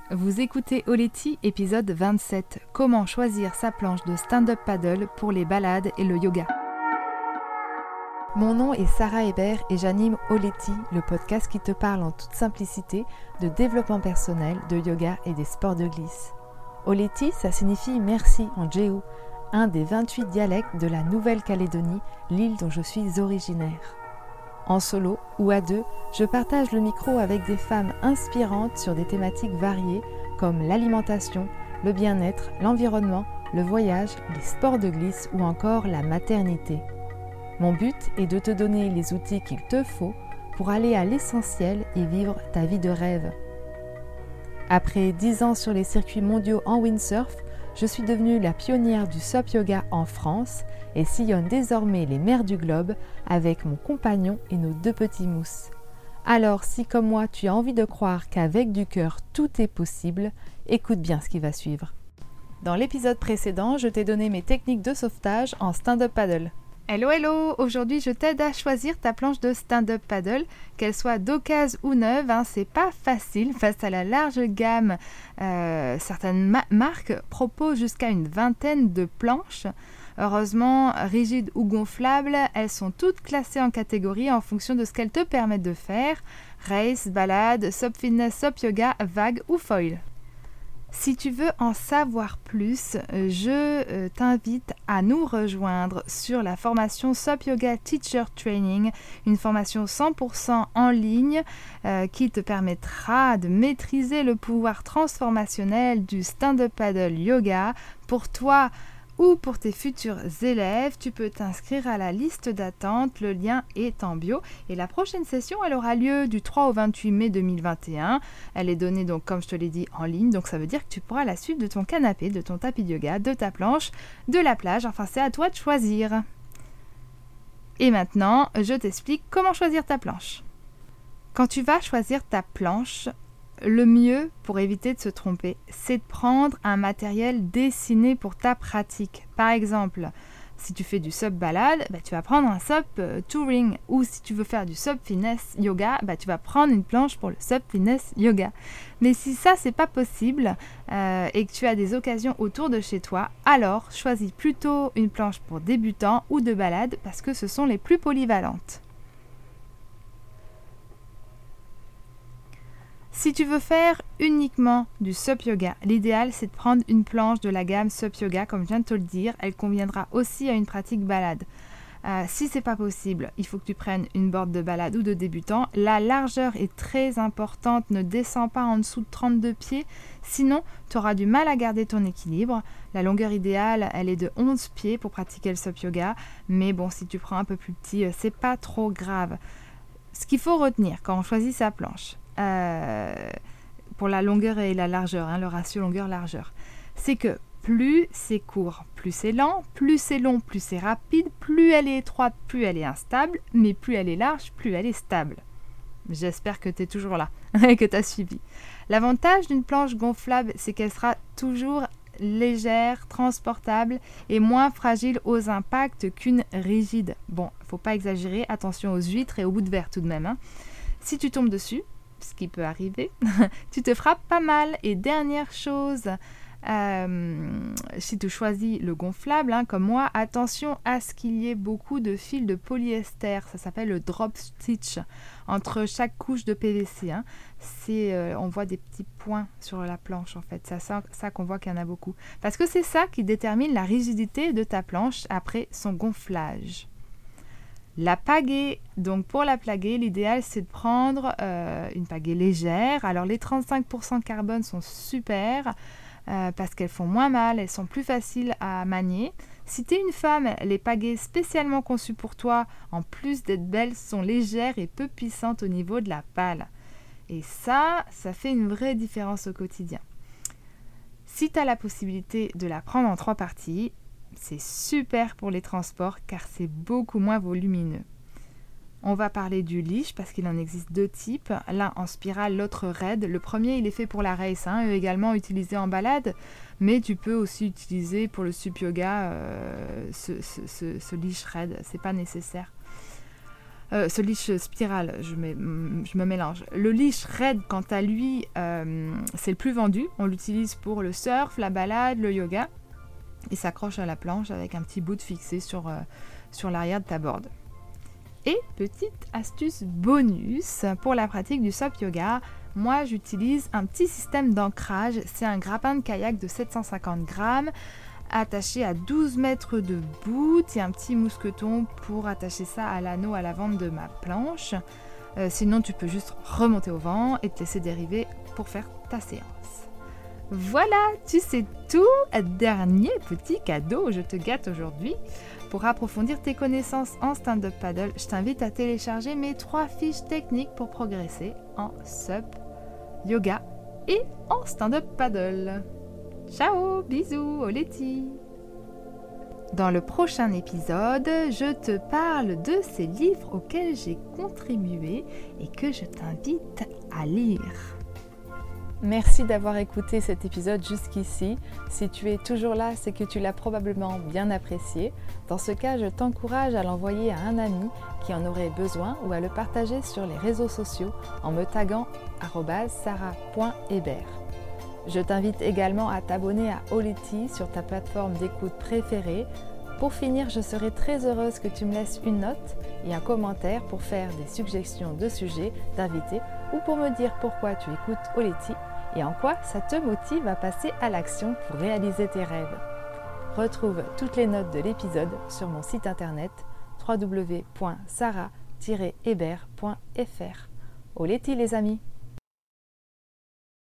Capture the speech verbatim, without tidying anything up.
Vous écoutez Oleti, épisode vingt-sept. Comment choisir sa planche de stand-up paddle pour les balades et le yoga. Mon nom est Sarah Hébert et j'anime Oleti, le podcast qui te parle en toute simplicité de développement personnel, de yoga et des sports de glisse. Oleti, ça signifie merci en djéou, un des vingt-huit dialectes de la Nouvelle-Calédonie, l'île dont je suis originaire. En solo ou à deux, je partage le micro avec des femmes inspirantes sur des thématiques variées comme l'alimentation, le bien-être, l'environnement, le voyage, les sports de glisse ou encore la maternité. Mon but est de te donner les outils qu'il te faut pour aller à l'essentiel et vivre ta vie de rêve. Après dix ans sur les circuits mondiaux en windsurf, je suis devenue la pionnière du S U P Yoga en France et sillonne désormais les mers du globe avec mon compagnon et nos deux petits mousses. Alors si comme moi tu as envie de croire qu'avec du cœur tout est possible, écoute bien ce qui va suivre. Dans l'épisode précédent, je t'ai donné mes techniques de sauvetage en stand-up paddle. Hello hello, aujourd'hui je t'aide à choisir ta planche de stand-up paddle, qu'elle soit d'occasion ou neuve, hein, c'est pas facile face à la large gamme. Euh, certaines ma- marques proposent jusqu'à une vingtaine de planches. Heureusement, rigides ou gonflables, elles sont toutes classées en catégories en fonction de ce qu'elles te permettent de faire, race, balade, S U P fitness, S U P yoga, vague ou foil. Si tu veux en savoir plus, je t'invite à nous rejoindre sur la formation S U P Yoga Teacher Training, une formation cent pour cent en ligne euh, qui te permettra de maîtriser le pouvoir transformationnel du stand-up paddle yoga. Pour toi ou pour tes futurs élèves, tu peux t'inscrire à la liste d'attente, le lien est en bio. Et la prochaine session, elle aura lieu du trois au vingt-huit mai deux mille vingt et un. Elle est donnée, donc, comme je te l'ai dit, en ligne, donc ça veut dire que tu pourras la suivre de ton canapé, de ton tapis de yoga, de ta planche, de la plage, enfin c'est à toi de choisir. Et maintenant, je t'explique comment choisir ta planche. Quand tu vas choisir ta planche, le mieux pour éviter de se tromper, c'est de prendre un matériel dessiné pour ta pratique. Par exemple, si tu fais du S U P balade, bah, tu vas prendre un S U P euh, touring. Ou si tu veux faire du S U P fitness yoga, bah, tu vas prendre une planche pour le S U P fitness yoga. Mais si ça, c'est pas possible euh, et que tu as des occasions autour de chez toi, alors choisis plutôt une planche pour débutants ou de balade parce que ce sont les plus polyvalentes. Si tu veux faire uniquement du S U P yoga, l'idéal c'est de prendre une planche de la gamme S U P yoga, comme je viens de te le dire, elle conviendra aussi à une pratique balade. Euh, si c'est pas possible, il faut que tu prennes une board de balade ou de débutant. La largeur est très importante, ne descends pas en dessous de trente-deux pieds, sinon tu auras du mal à garder ton équilibre. La longueur idéale, elle est de onze pieds pour pratiquer le S U P yoga, mais bon, si tu prends un peu plus petit, c'est pas trop grave. Ce qu'il faut retenir quand on choisit sa planche, Euh, pour la longueur et la largeur, hein, le ratio longueur-largeur, c'est que plus c'est court, plus c'est lent, plus c'est long, plus c'est rapide, plus elle est étroite, plus elle est instable, mais plus elle est large, plus elle est stable. J'espère que tu es toujours là et que tu as suivi. L'avantage d'une planche gonflable, c'est qu'elle sera toujours légère, transportable et moins fragile aux impacts qu'une rigide. Bon, faut pas exagérer, attention aux huîtres et aux bouts de verre tout de même, hein. Si tu tombes dessus, ce qui peut arriver, tu te frappes pas mal. Et dernière chose, euh, si tu choisis le gonflable, hein, comme moi, attention à ce qu'il y ait beaucoup de fils de polyester, ça s'appelle le drop stitch, entre chaque couche de P V C. Hein. C'est, euh, on voit des petits points sur la planche en fait, c'est ça, ça qu'on voit qu'il y en a beaucoup. Parce que c'est ça qui détermine la rigidité de ta planche après son gonflage. La pagaie, donc pour la pagaie, l'idéal c'est de prendre euh, une pagaie légère. Alors les trente-cinq pour cent carbone sont super euh, parce qu'elles font moins mal, elles sont plus faciles à manier. Si tu es une femme, les pagaies spécialement conçues pour toi, en plus d'être belles, sont légères et peu puissantes au niveau de la pale. Et ça, ça fait une vraie différence au quotidien. Si tu as la possibilité de la prendre en trois parties, c'est super pour les transports car c'est beaucoup moins volumineux. On va parler du leash parce qu'il en existe deux types, l'un en spirale, l'autre raide. Le premier, il est fait pour la race, hein, également utilisé en balade, mais tu peux aussi utiliser pour le S U P yoga euh, ce, ce, ce, ce leash raide, c'est pas nécessaire. Euh, ce leash spiral, je, mets, je me mélange. Le leash raide, quant à lui, euh, c'est le plus vendu. On l'utilise pour le surf, la balade, le yoga. Il s'accroche à la planche avec un petit bout fixé sur, euh, sur l'arrière de ta board. Et petite astuce bonus pour la pratique du S O P yoga, moi j'utilise un petit système d'ancrage. C'est un grappin de kayak de sept cent cinquante grammes attaché à douze mètres de bout et un petit mousqueton pour attacher ça à l'anneau à l'avant de ma planche. Euh, sinon tu peux juste remonter au vent et te laisser dériver pour faire ta séance. Voilà, tu sais tout. Dernier petit cadeau, je te gâte aujourd'hui. Pour approfondir tes connaissances en stand-up paddle, je t'invite à télécharger mes trois fiches techniques pour progresser en S U P, yoga et en stand-up paddle. Ciao, bisous, Oleti. Dans le prochain épisode, je te parle de ces livres auxquels j'ai contribué et que je t'invite à lire. Merci d'avoir écouté cet épisode jusqu'ici. Si tu es toujours là, c'est que tu l'as probablement bien apprécié. Dans ce cas, je t'encourage à l'envoyer à un ami qui en aurait besoin ou à le partager sur les réseaux sociaux en me taguant arobase sarah point hébert. Je t'invite également à t'abonner à Oleti sur ta plateforme d'écoute préférée. Pour finir, je serai très heureuse que tu me laisses une note et un commentaire pour faire des suggestions de sujets, d'invités ou pour me dire pourquoi tu écoutes Oleti et en quoi ça te motive à passer à l'action pour réaliser tes rêves. Retrouve toutes les notes de l'épisode sur mon site internet w w w point sarah tiret hébert point f r. Oleti les amis!